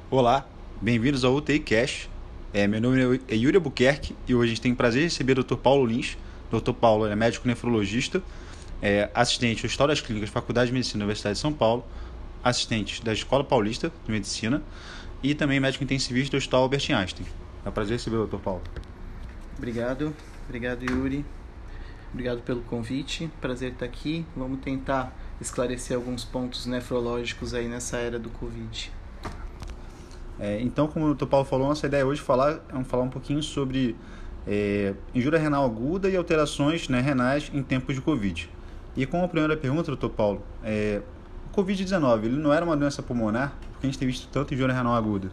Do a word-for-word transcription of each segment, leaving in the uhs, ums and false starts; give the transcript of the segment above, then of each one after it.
Olá, bem-vindos ao U T I Cash. É, meu nome é Yuri Albuquerque e hoje a gente tem o prazer de receber o doutor Paulo Lins. doutor Paulo é médico nefrologista, é assistente do Hospital das Clínicas, Faculdade de Medicina da Universidade de São Paulo, assistente da Escola Paulista de Medicina e também médico intensivista do Hospital Albert Einstein. É um prazer receber o doutor Paulo. Obrigado, obrigado Yuri, obrigado pelo convite, prazer estar aqui. Vamos tentar esclarecer alguns pontos nefrológicos aí nessa era do Covid. É, então, como o doutor Paulo falou, nossa ideia hoje é falar, é falar um pouquinho sobre é, injúria renal aguda e alterações, né, renais em tempos de Covid. E como a primeira pergunta, doutor Paulo, é, o Covid dezenove, ele não era uma doença pulmonar? Porque a gente tem visto tanto injúria renal aguda.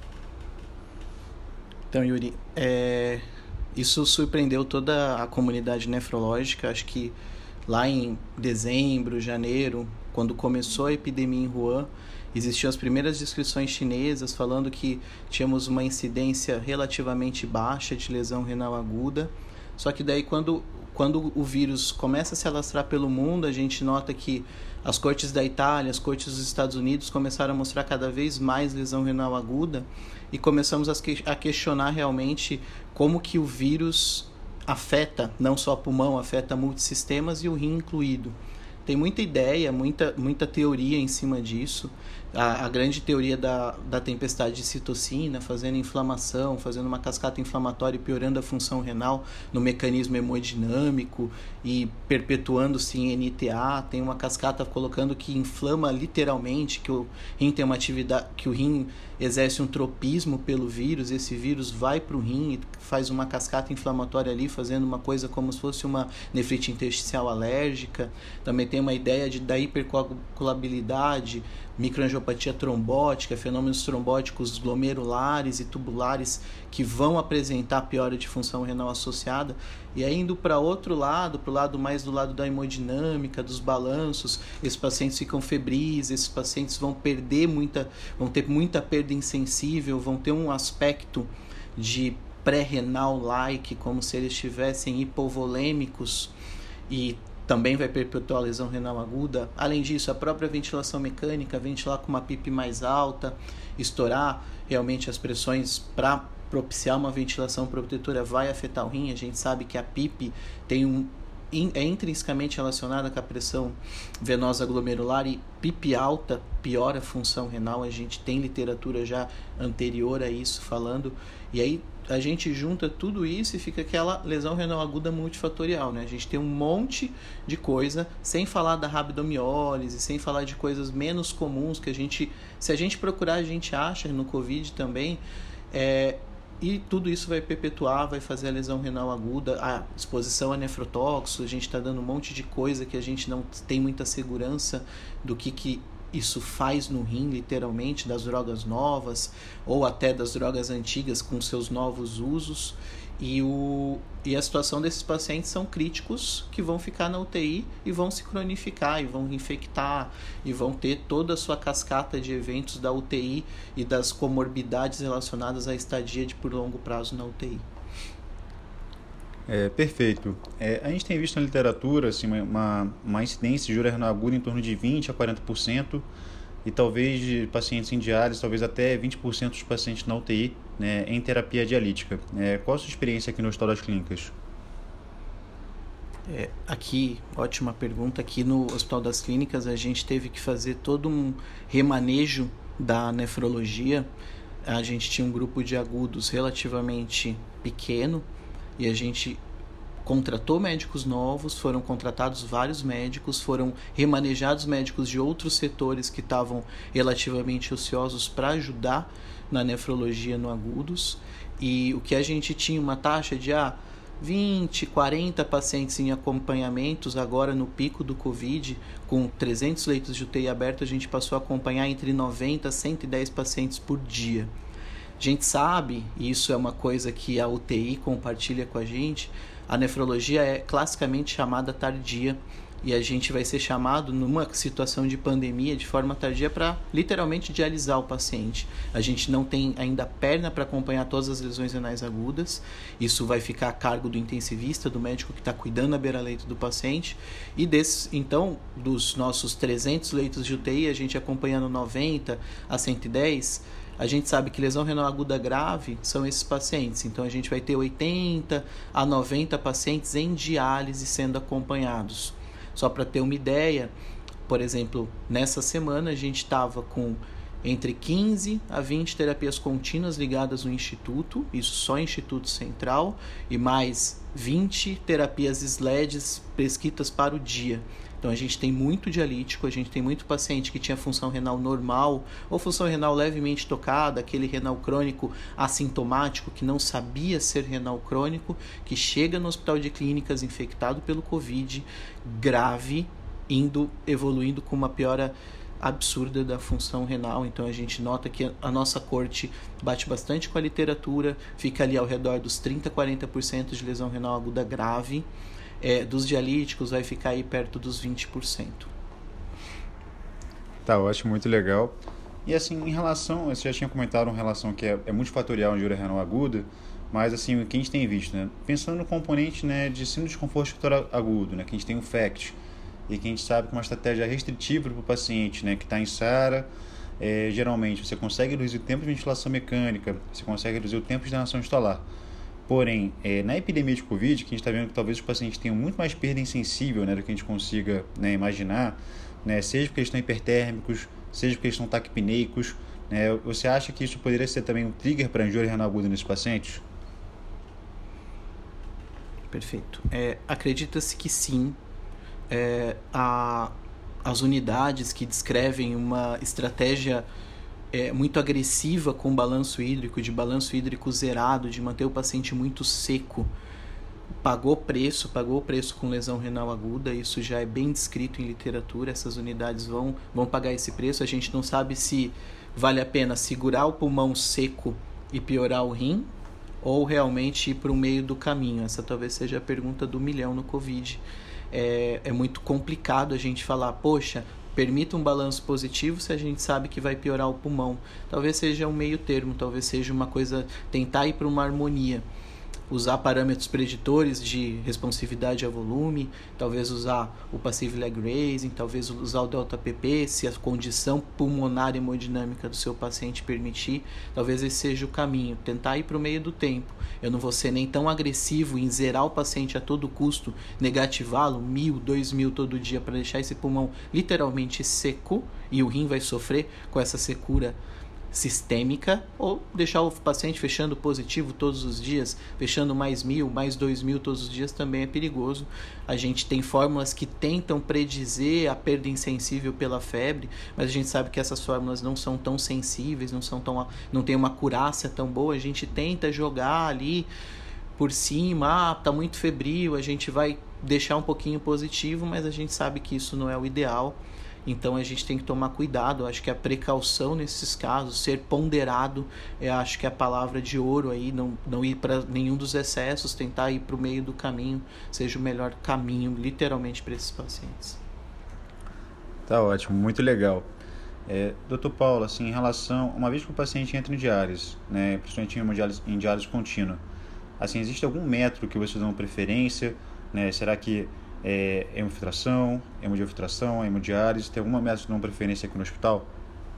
Então, Yuri, é, isso surpreendeu toda a comunidade nefrológica. Acho que lá em dezembro, janeiro, quando começou a epidemia em Wuhan, existiam as primeiras descrições chinesas falando que tínhamos uma incidência relativamente baixa de lesão renal aguda. Só que daí quando, quando o vírus começa a se alastrar pelo mundo, a gente nota que as cortes da Itália, as cortes dos Estados Unidos começaram a mostrar cada vez mais lesão renal aguda e começamos a questionar realmente como que o vírus afeta não só o pulmão, afeta multissistemas e o rim incluído. Tem muita ideia, muita, muita teoria em cima disso. A, a grande teoria da, da tempestade de citocina, fazendo inflamação, fazendo uma cascata inflamatória e piorando a função renal no mecanismo hemodinâmico e perpetuando-se em N T A. Tem uma cascata colocando que inflama literalmente, que o rim tem uma atividade, que o rim exerce um tropismo pelo vírus, esse vírus vai para o rim e faz uma cascata inflamatória ali, fazendo uma coisa como se fosse uma nefrite intersticial alérgica. Também tem uma ideia de, da hipercoagulabilidade, microangiopatia trombótica, fenômenos trombóticos glomerulares e tubulares que vão apresentar piora de função renal associada. E aí indo para outro lado, para o lado mais do lado da hemodinâmica, dos balanços, esses pacientes ficam febris, esses pacientes vão perder muita, vão ter muita perda insensível, vão ter um aspecto de pré-renal-like, como se eles estivessem hipovolêmicos e também vai perpetuar a lesão renal aguda. Além disso, a própria ventilação mecânica, ventilar com uma P I P mais alta, estourar realmente as pressões para propiciar uma ventilação protetora vai afetar o rim. A gente sabe que a P I P tem um, é intrinsecamente relacionada com a pressão venosa glomerular e P I P alta piora a função renal. A gente tem literatura já anterior a isso falando. E aí a gente junta tudo isso e fica aquela lesão renal aguda multifatorial, né? A gente tem um monte de coisa, sem falar da rabdomiólise, sem falar de coisas menos comuns que a gente, se a gente procurar, a gente acha no Covid também, é, e tudo isso vai perpetuar, vai fazer a lesão renal aguda, a exposição a nefrotóxico. A gente está dando um monte de coisa que a gente não tem muita segurança do que que isso faz no rim, literalmente, das drogas novas ou até das drogas antigas com seus novos usos. E, o, e a situação desses pacientes são críticos que vão ficar na U T I e vão se cronificar, e vão infectar, e vão ter toda a sua cascata de eventos da U T I e das comorbidades relacionadas à estadia de por longo prazo na U T I. É, perfeito. É, a gente tem visto na literatura assim, uma, uma incidência de injúria renal aguda em torno de vinte a quarenta por cento e talvez de pacientes em diálise, talvez até vinte por cento dos pacientes na U T I, né, em terapia dialítica. É, qual a sua experiência aqui no Hospital das Clínicas? É, aqui, ótima pergunta. Aqui no Hospital das Clínicas a gente teve que fazer todo um remanejo da nefrologia. A gente tinha um grupo de agudos relativamente pequeno, e a gente contratou médicos novos, foram contratados vários médicos, foram remanejados médicos de outros setores que estavam relativamente ociosos para ajudar na nefrologia no agudos. E o que a gente tinha uma taxa de ah, vinte, quarenta pacientes em acompanhamentos, agora no pico do Covid, com trezentos leitos de U T I aberto, a gente passou a acompanhar entre noventa a cento e dez pacientes por dia. A gente sabe, e isso é uma coisa que a U T I compartilha com a gente, a nefrologia é classicamente chamada tardia. e a gente vai ser chamado numa situação de pandemia de forma tardia para literalmente dialisar o paciente. A gente não tem ainda perna para acompanhar todas as lesões renais agudas, isso vai ficar a cargo do intensivista, do médico que está cuidando na beira-leito do paciente, e desses, então, dos nossos trezentos leitos de U T I, a gente acompanhando noventa a cento e dez, a gente sabe que lesão renal aguda grave são esses pacientes, então a gente vai ter oitenta a noventa pacientes em diálise sendo acompanhados. Só para ter uma ideia, por exemplo, nessa semana a gente estava com entre quinze a vinte terapias contínuas ligadas no Instituto, isso só Instituto Central, e mais vinte terapias S L E Ds prescritas para o dia. Então a gente tem muito dialítico, a gente tem muito paciente que tinha função renal normal ou função renal levemente tocada, aquele renal crônico assintomático que não sabia ser renal crônico, que chega no hospital de clínicas infectado pelo Covid, grave, indo evoluindo com uma piora absurda da função renal. Então a gente nota que a nossa corte bate bastante com a literatura, fica ali ao redor dos trinta a quarenta por cento de lesão renal aguda grave. É, dos dialíticos vai ficar aí perto dos vinte por cento. Tá ótimo, muito legal. E assim, em relação, você já tinha comentado uma relação que é, é multifatorial na injúria renal aguda, mas assim, o que a gente tem visto, né? Pensando no componente, né, de síndrome de desconforto respiratório agudo, né, que a gente tem o F A C T, e que a gente sabe que é uma estratégia restritiva para o paciente, né, que está em SARA, é, geralmente você consegue reduzir o tempo de ventilação mecânica, você consegue reduzir o tempo de internação hospitalar. Porém, é, na epidemia de Covid, que a gente está vendo que talvez os pacientes tenham muito mais perda insensível, né, do que a gente consiga, né, imaginar, né, seja porque eles estão hipertérmicos, seja porque eles estão taquipneicos, né, você acha que isso poderia ser também um trigger para a injúria renal aguda nesses pacientes? Perfeito. É, acredita-se que sim. É, a, as unidades que descrevem uma estratégia É, muito agressiva com balanço hídrico, de balanço hídrico zerado, de manter o paciente muito seco, pagou preço, pagou preço com lesão renal aguda, isso já é bem descrito em literatura, essas unidades vão, vão pagar esse preço. A gente não sabe se vale a pena segurar o pulmão seco e piorar o rim, ou realmente ir para o meio do caminho. Essa talvez seja a pergunta do milhão no Covid. É, é muito complicado a gente falar, poxa, permita um balanço positivo se a gente sabe que vai piorar o pulmão. Talvez seja um meio termo, talvez seja uma coisa, tentar ir para uma harmonia. Usar parâmetros preditores de responsividade a volume, talvez usar o passive leg raising, talvez usar o delta P P, se a condição pulmonar hemodinâmica do seu paciente permitir, talvez esse seja o caminho, tentar ir para o meio do tempo. Eu não vou ser nem tão agressivo em zerar o paciente a todo custo, negativá-lo mil, dois mil todo dia para deixar esse pulmão literalmente seco e o rim vai sofrer com essa secura sistêmica, ou deixar o paciente fechando positivo todos os dias, fechando mais mil, mais dois mil todos os dias também é perigoso. A gente tem fórmulas que tentam predizer a perda insensível pela febre, mas a gente sabe que essas fórmulas não são tão sensíveis, não são tão, não tem uma acurácia tão boa. A gente tenta jogar ali por cima, ah, tá muito febril, a gente vai deixar um pouquinho positivo, mas a gente sabe que isso não é o ideal. Então a gente tem que tomar cuidado. Eu acho que a precaução nesses casos, ser ponderado, eu acho que é a palavra de ouro aí, não, não ir para nenhum dos excessos, tentar ir para o meio do caminho, seja o melhor caminho, literalmente, para esses pacientes. Tá ótimo, muito legal. É, doutor Paulo, assim, em relação, uma vez que o paciente entra em diálise, né, principalmente em diálise, em diálise contínua, assim, existe algum método que vocês dão preferência, né? Será que é hemofiltração, hemodiafiltração, hemodiálise, tem alguma método de não preferência aqui no hospital?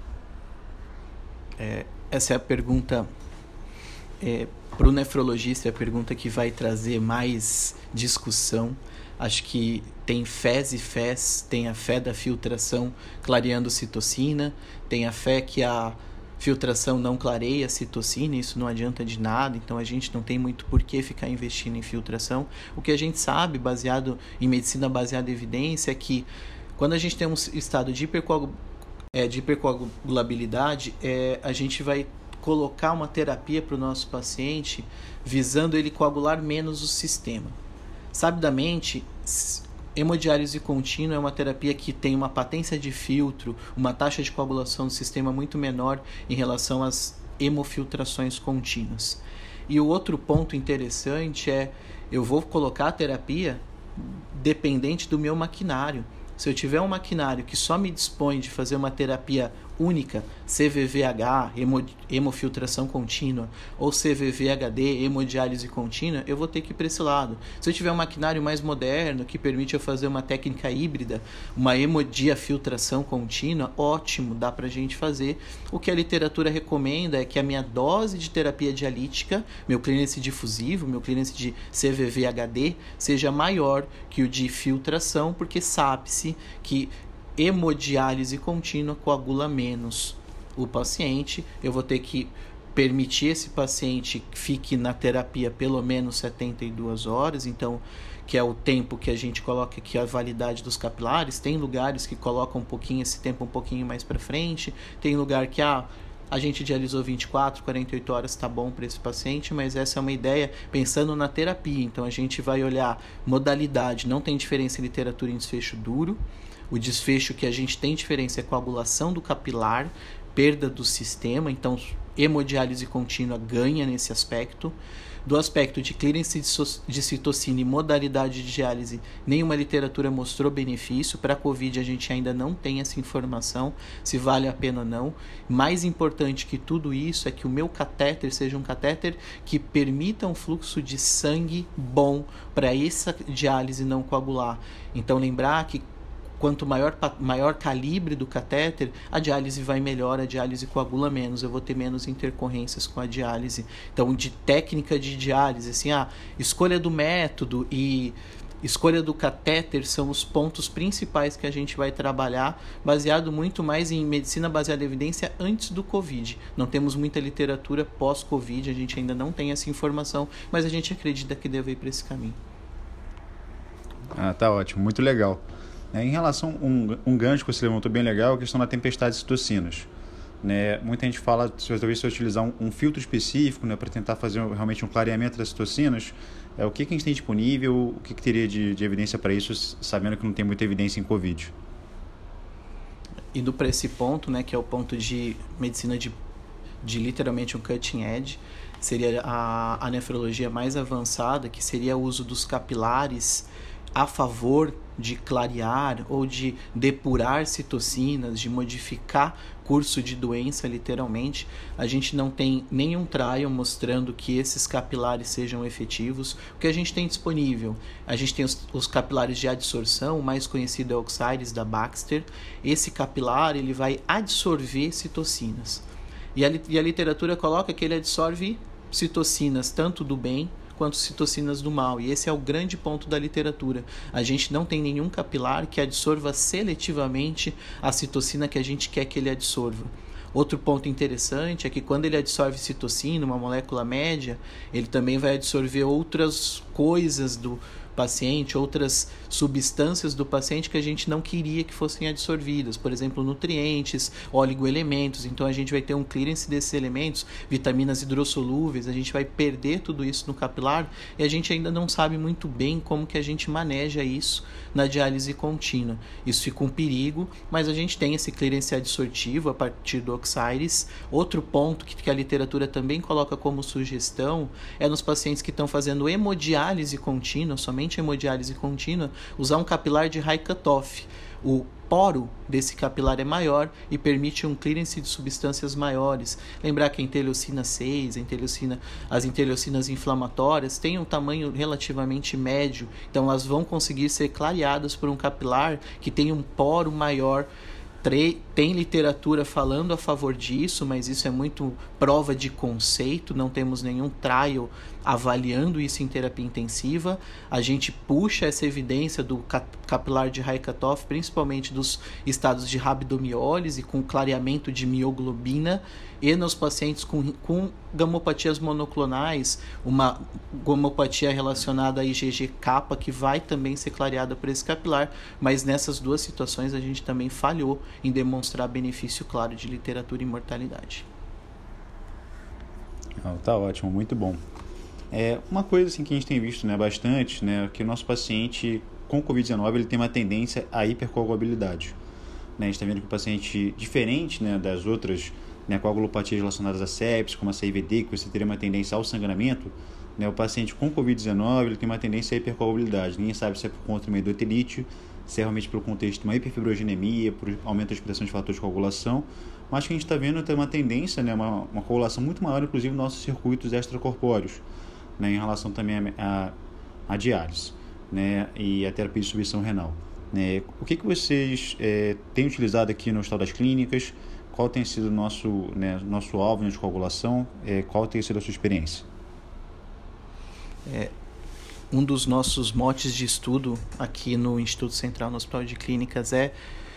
É, essa é a pergunta, é, para o nefrologista, é a pergunta que vai trazer mais discussão. Acho que tem fés e fés, tem a fé da filtração clareando citocina, tem a fé que a filtração não clareia a citocina, isso não adianta de nada, então a gente não tem muito por que ficar investindo em filtração. O que a gente sabe, baseado em medicina baseada em evidência, é que quando a gente tem um estado de, hipercoag... é, de hipercoagulabilidade, é, a gente vai colocar uma terapia para o nosso paciente visando ele coagular menos o sistema. Sabidamente, hemodiálise contínua é uma terapia que tem uma patência de filtro, uma taxa de coagulação do sistema muito menor em relação às hemofiltrações contínuas. E o outro ponto interessante é, eu vou colocar a terapia, dependente do meu maquinário. Se eu tiver um maquinário que só me dispõe de fazer uma terapia única, C V V H, hemo, hemofiltração contínua, ou C V V H D, hemodiálise contínua, eu vou ter que ir para esse lado. Se eu tiver um maquinário mais moderno, que permite eu fazer uma técnica híbrida, uma hemodiafiltração contínua, ótimo, dá para a gente fazer. O que a literatura recomenda é que a minha dose de terapia dialítica, meu clearance difusivo, meu clearance de C V V H D, seja maior que o de filtração, porque sabe-se que hemodiálise contínua coagula menos o paciente. Eu vou ter que permitir esse paciente que fique na terapia pelo menos setenta e duas horas, então, que é o tempo que a gente coloca aqui a validade dos capilares. Tem lugares que colocam um pouquinho esse tempo um pouquinho mais para frente, tem lugar que ah, a gente dialisou vinte e quatro, quarenta e oito horas, está bom para esse paciente, mas essa é uma ideia pensando na terapia. Então a gente vai olhar modalidade, não tem diferença em literatura em desfecho duro. O desfecho que a gente tem diferença é coagulação do capilar, perda do sistema, então hemodiálise contínua ganha nesse aspecto. Do aspecto de clearance de citocina e modalidade de diálise, nenhuma literatura mostrou benefício. Para a COVID a gente ainda não tem essa informação, se vale a pena ou não. Mais importante que tudo isso é que o meu catéter seja um catéter que permita um fluxo de sangue bom para essa diálise não coagular. Então lembrar que quanto maior, maior calibre do catéter, a diálise vai melhor, a diálise coagula menos, eu vou ter menos intercorrências com a diálise. Então, de técnica de diálise, assim, ah, escolha do método e escolha do catéter são os pontos principais que a gente vai trabalhar, baseado muito mais em medicina baseada em evidência antes do COVID. Não temos muita literatura pós-COVID, a gente ainda não tem essa informação, mas a gente acredita que deve ir para esse caminho. Ah, tá ótimo, muito legal. É, em relação a um, um gancho que você levantou bem legal, a questão da tempestade de citocinas. Né? Muita gente fala, se talvez se eu utilizar um, um filtro específico, né, para tentar fazer um, realmente um clareamento das citocinas, é, o que, que a gente tem disponível, o que, que teria de, de evidência para isso, sabendo que não tem muita evidência em COVID? Indo para esse ponto, né, que é o ponto de medicina de, de literalmente um cutting edge, seria a, a nefrologia mais avançada, que seria o uso dos capilares a favor de clarear ou de depurar citocinas, de modificar curso de doença, literalmente. A gente não tem nenhum trial mostrando que esses capilares sejam efetivos. O que a gente tem disponível? A gente tem os, os capilares de adsorção, o mais conhecido é o Oxiris da Baxter. Esse capilar ele vai absorver citocinas. E a, e a literatura coloca que ele absorve citocinas tanto do bem quanto citocinas do mal, e esse é o grande ponto da literatura. A gente não tem nenhum capilar que absorva seletivamente a citocina que a gente quer que ele absorva. Outro ponto interessante é que quando ele absorve citocina, uma molécula média, ele também vai absorver outras coisas do paciente, outras substâncias do paciente que a gente não queria que fossem absorvidas, por exemplo, nutrientes, oligoelementos. Então a gente vai ter um clearance desses elementos, vitaminas hidrossolúveis, a gente vai perder tudo isso no capilar e a gente ainda não sabe muito bem como que a gente maneja isso na diálise contínua. Isso fica um perigo, mas a gente tem esse clearance adsortivo a partir do Oxiris. Outro ponto que, que a literatura também coloca como sugestão é nos pacientes que estão fazendo hemodiálise contínua, somente hemodiálise contínua, usar um capilar de high cutoff. O poro desse capilar é maior e permite um clearance de substâncias maiores. Lembrar que a interleucina seis, a interleucina, as interleucinas inflamatórias têm um tamanho relativamente médio, então elas vão conseguir ser clareadas por um capilar que tem um poro maior. Tem literatura falando a favor disso, mas isso é muito prova de conceito, não temos nenhum trial avaliando isso em terapia intensiva. A gente puxa essa evidência do capilar de high cutoff, principalmente dos estados de rabdomiólise, com clareamento de mioglobina, e nos pacientes com, com gamopatias monoclonais, uma gamopatia relacionada a I G G kappa, que vai também ser clareada por esse capilar, mas nessas duas situações a gente também falhou em demonstrar benefício claro de literatura e mortalidade. Oh, tá ótimo, muito bom. É, uma coisa assim, que a gente tem visto, né, bastante, né, que o nosso paciente com covid dezenove ele tem uma tendência à hipercoagulabilidade. Né, a gente está vendo que o paciente, diferente, né, das outras né, coagulopatias relacionadas a sepsis, como a C I V D, que você teria uma tendência ao sangramento, né, o paciente com covid dezenove ele tem uma tendência à hipercoagulabilidade. Ninguém sabe se é por conta de uma endotelite, se é realmente pelo contexto de uma hiperfibrogenemia, por aumento da expressão de fatores de coagulação, mas que a gente está vendo tem uma tendência, né, uma, uma coagulação muito maior, inclusive, nos nossos circuitos extracorpóreos, né, em relação também a, a, a diálise, né, e a terapia de substituição renal. Né. O que, que vocês é, têm utilizado aqui no Hospital das Clínicas? Qual tem sido o nosso, né, nosso alvo de coagulação? É, qual tem sido a sua experiência? É, um dos nossos motes de estudo aqui no Instituto Central no Hospital de Clínicas é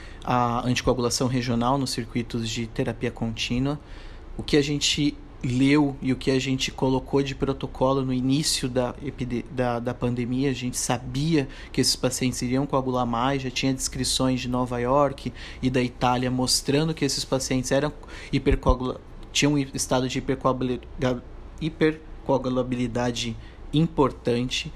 a anticoagulação regional nos circuitos de terapia contínua. O que a gente leu e o que a gente colocou de protocolo no início da, da, da pandemia, a gente sabia que esses pacientes iriam coagular mais, já tinha descrições de Nova York e da Itália mostrando que esses pacientes eram hipercoagula, tinham um estado de hipercoagulabilidade, hipercoagulabilidade importante,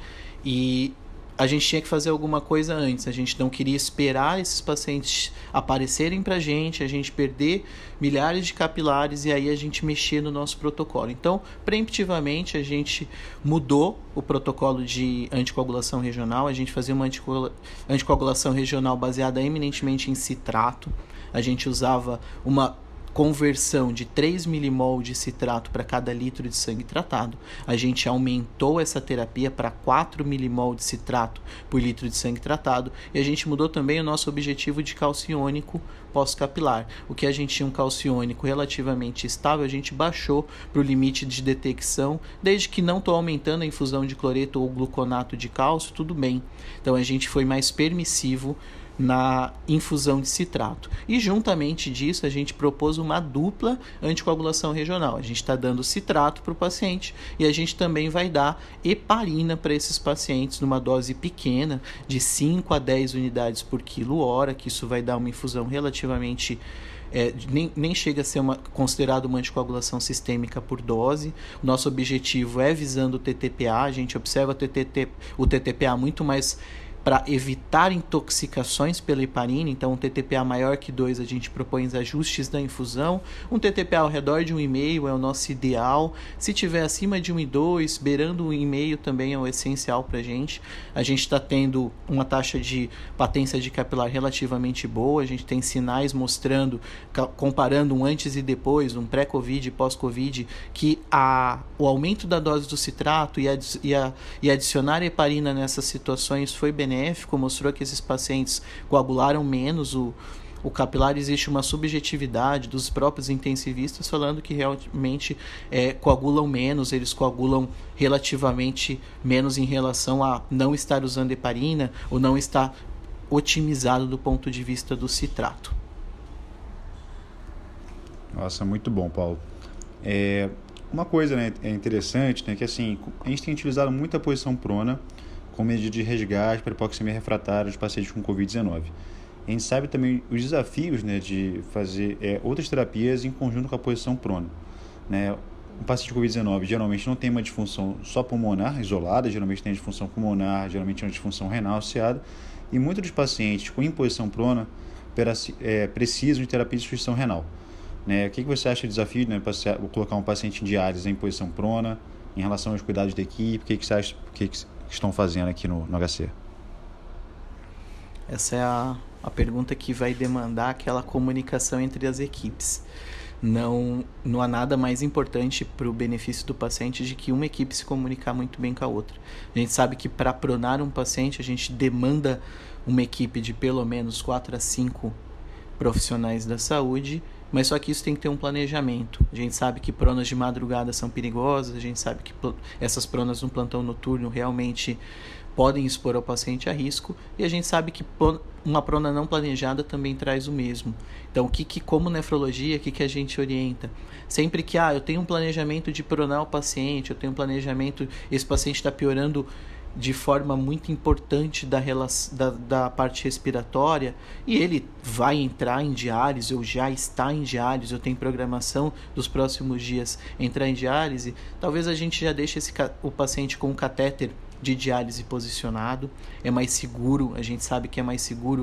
e a gente tinha que fazer alguma coisa antes. A gente não queria esperar esses pacientes aparecerem para a gente, a gente perder milhares de capilares e aí a gente mexer no nosso protocolo. Então, preemptivamente, a gente mudou o protocolo de anticoagulação regional. A gente fazia uma anticoagulação regional baseada eminentemente em citrato. A gente usava uma conversão de três milimol de citrato para cada litro de sangue tratado. A gente aumentou essa terapia para quatro milimol de citrato por litro de sangue tratado, e a gente mudou também o nosso objetivo de cálcio iônico pós-capilar. O que a gente tinha um cálcio iônico relativamente estável, a gente baixou para o limite de detecção, desde que não estou aumentando a infusão de cloreto ou gluconato de cálcio, tudo bem. Então a gente foi mais permissivo na infusão de citrato. E juntamente disso a gente propôs uma dupla anticoagulação regional. A gente está dando citrato para o paciente e a gente também vai dar heparina para esses pacientes numa dose pequena de cinco a dez unidades por quilo hora, que isso vai dar uma infusão relativamente É, nem, nem chega a ser uma, considerado uma anticoagulação sistêmica por dose. O nosso objetivo é visando o T T P A. A gente observa o T T P, o T T P A muito mais para evitar intoxicações pela heparina. Então, um T T P A maior que dois, a gente propõe os ajustes da infusão. Um T T P A ao redor de um e meio é o nosso ideal. Se tiver acima de um e dois, beirando um e meio também é o essencial para a gente. A gente está tendo uma taxa de patência de capilar relativamente boa. A gente tem sinais mostrando, comparando um antes e depois, um pré-Covid e pós-Covid, que a, o aumento da dose do citrato e, adi- e, a, e adicionar heparina nessas situações foi benéfico. Mostrou que esses pacientes coagularam menos o, o capilar. Existe uma subjetividade dos próprios intensivistas falando que realmente é, coagulam menos, eles coagulam relativamente menos em relação a não estar usando heparina ou não estar otimizado do ponto de vista do citrato. Nossa, muito bom, Paulo. É, uma coisa, né, é interessante, né, que assim, a gente tem utilizado muito a posição prona como medida de resgate para hipoxemia refratária de pacientes com covid dezenove. A gente sabe também os desafios, né, de fazer é, outras terapias em conjunto com a posição prona. Né? O paciente com covid dezenove geralmente não tem uma disfunção só pulmonar isolada, geralmente tem disfunção pulmonar, geralmente tem uma disfunção renal associada, e muitos dos pacientes com imposição prona é, precisam de terapia de substituição renal. Né? O que você acha do desafio, né, para colocar um paciente em diálise em posição prona, em relação aos cuidados da equipe? O que você acha que estão fazendo aqui no, no H C? Essa é a, a pergunta que vai demandar aquela comunicação entre as equipes. Não, não há nada mais importante para o benefício do paciente de que uma equipe se comunicar muito bem com a outra. A gente sabe que para pronar um paciente a gente demanda uma equipe de pelo menos quatro a cinco profissionais da saúde, mas só que isso tem que ter um planejamento. A gente sabe que pronas de madrugada são perigosas, a gente sabe que essas pronas no plantão noturno realmente podem expor ao paciente a risco, e a gente sabe que uma prona não planejada também traz o mesmo. Então, o que, que como nefrologia, o que, que a gente orienta? Sempre que ah, eu tenho um planejamento de pronar o paciente, eu tenho um planejamento, esse paciente está piorando de forma muito importante da, da, da parte respiratória, e ele vai entrar em diálise ou já está em diálise, ou tem programação dos próximos dias entrar em diálise, talvez a gente já deixe esse, o paciente com um catéter de diálise posicionado. É mais seguro, a gente sabe que é mais seguro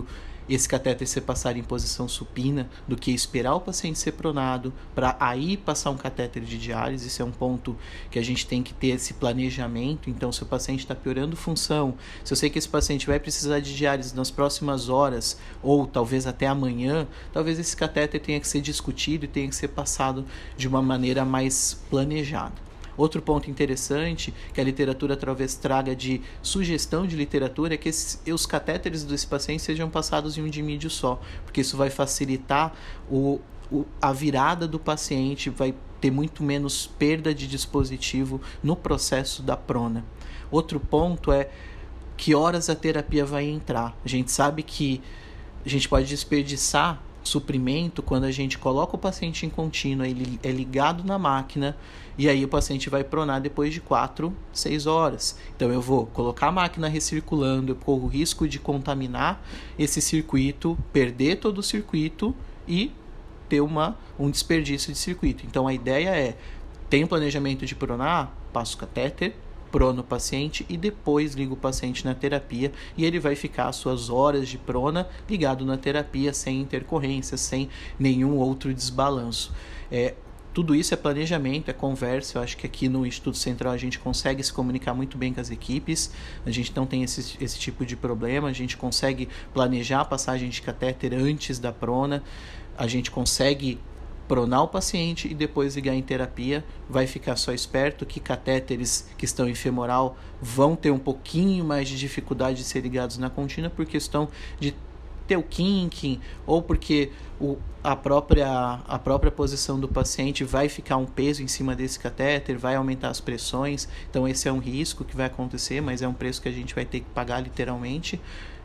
esse catéter ser passado em posição supina do que esperar o paciente ser pronado para aí passar um catéter de diálise. Isso é um ponto que a gente tem que ter esse planejamento. Então, se o paciente está piorando função, se eu sei que esse paciente vai precisar de diálise nas próximas horas ou talvez até amanhã, talvez esse catéter tenha que ser discutido e tenha que ser passado de uma maneira mais planejada. Outro ponto interessante que a literatura talvez traga de sugestão de literatura é que esses, os catéteres desse paciente sejam passados em um dimídio só, porque isso vai facilitar o, o, a virada do paciente, vai ter muito menos perda de dispositivo no processo da prona. Outro ponto é que horas a terapia vai entrar. A gente sabe que a gente pode desperdiçar suprimento quando a gente coloca o paciente em contínuo, ele é ligado na máquina e aí o paciente vai pronar depois de quatro, seis horas. Então eu vou colocar a máquina recirculando, eu corro o risco de contaminar esse circuito, perder todo o circuito e ter uma, um desperdício de circuito. Então a ideia é, tem um planejamento de pronar, passo o catéter, prono o paciente e depois ligo o paciente na terapia e ele vai ficar as suas horas de prona ligado na terapia sem intercorrência, sem nenhum outro desbalanço. É, tudo isso é planejamento, é conversa. Eu acho que aqui no Instituto Central a gente consegue se comunicar muito bem com as equipes, a gente não tem esse, esse tipo de problema, a gente consegue planejar a passagem de catéter antes da prona, a gente consegue pronar o paciente e depois ligar em terapia. Vai ficar só esperto que catéteres que estão em femoral vão ter um pouquinho mais de dificuldade de ser ligados na contínua por questão de ter o kinking ou porque o, a, própria, a própria posição do paciente vai ficar um peso em cima desse catéter, vai aumentar as pressões. Então esse é um risco que vai acontecer, mas é um preço que a gente vai ter que pagar literalmente.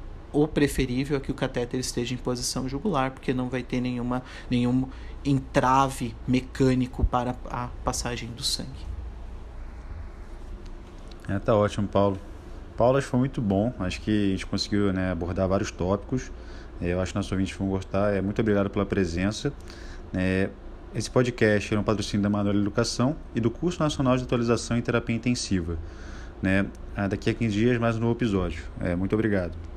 O preferível é que o catéter esteja em posição jugular, porque não vai ter nenhuma, nenhum entrave mecânico para a passagem do sangue. É, tá ótimo, Paulo. Paulo, acho que foi muito bom. Acho que a gente conseguiu, né, abordar vários tópicos. Eu acho que nossos ouvintes vão gostar. É, muito obrigado pela presença. É, esse podcast é um patrocínio da Manuela Educação e do Curso Nacional de Atualização em Terapia Intensiva. Né? Daqui a quinze dias, mais um novo episódio. É, muito obrigado.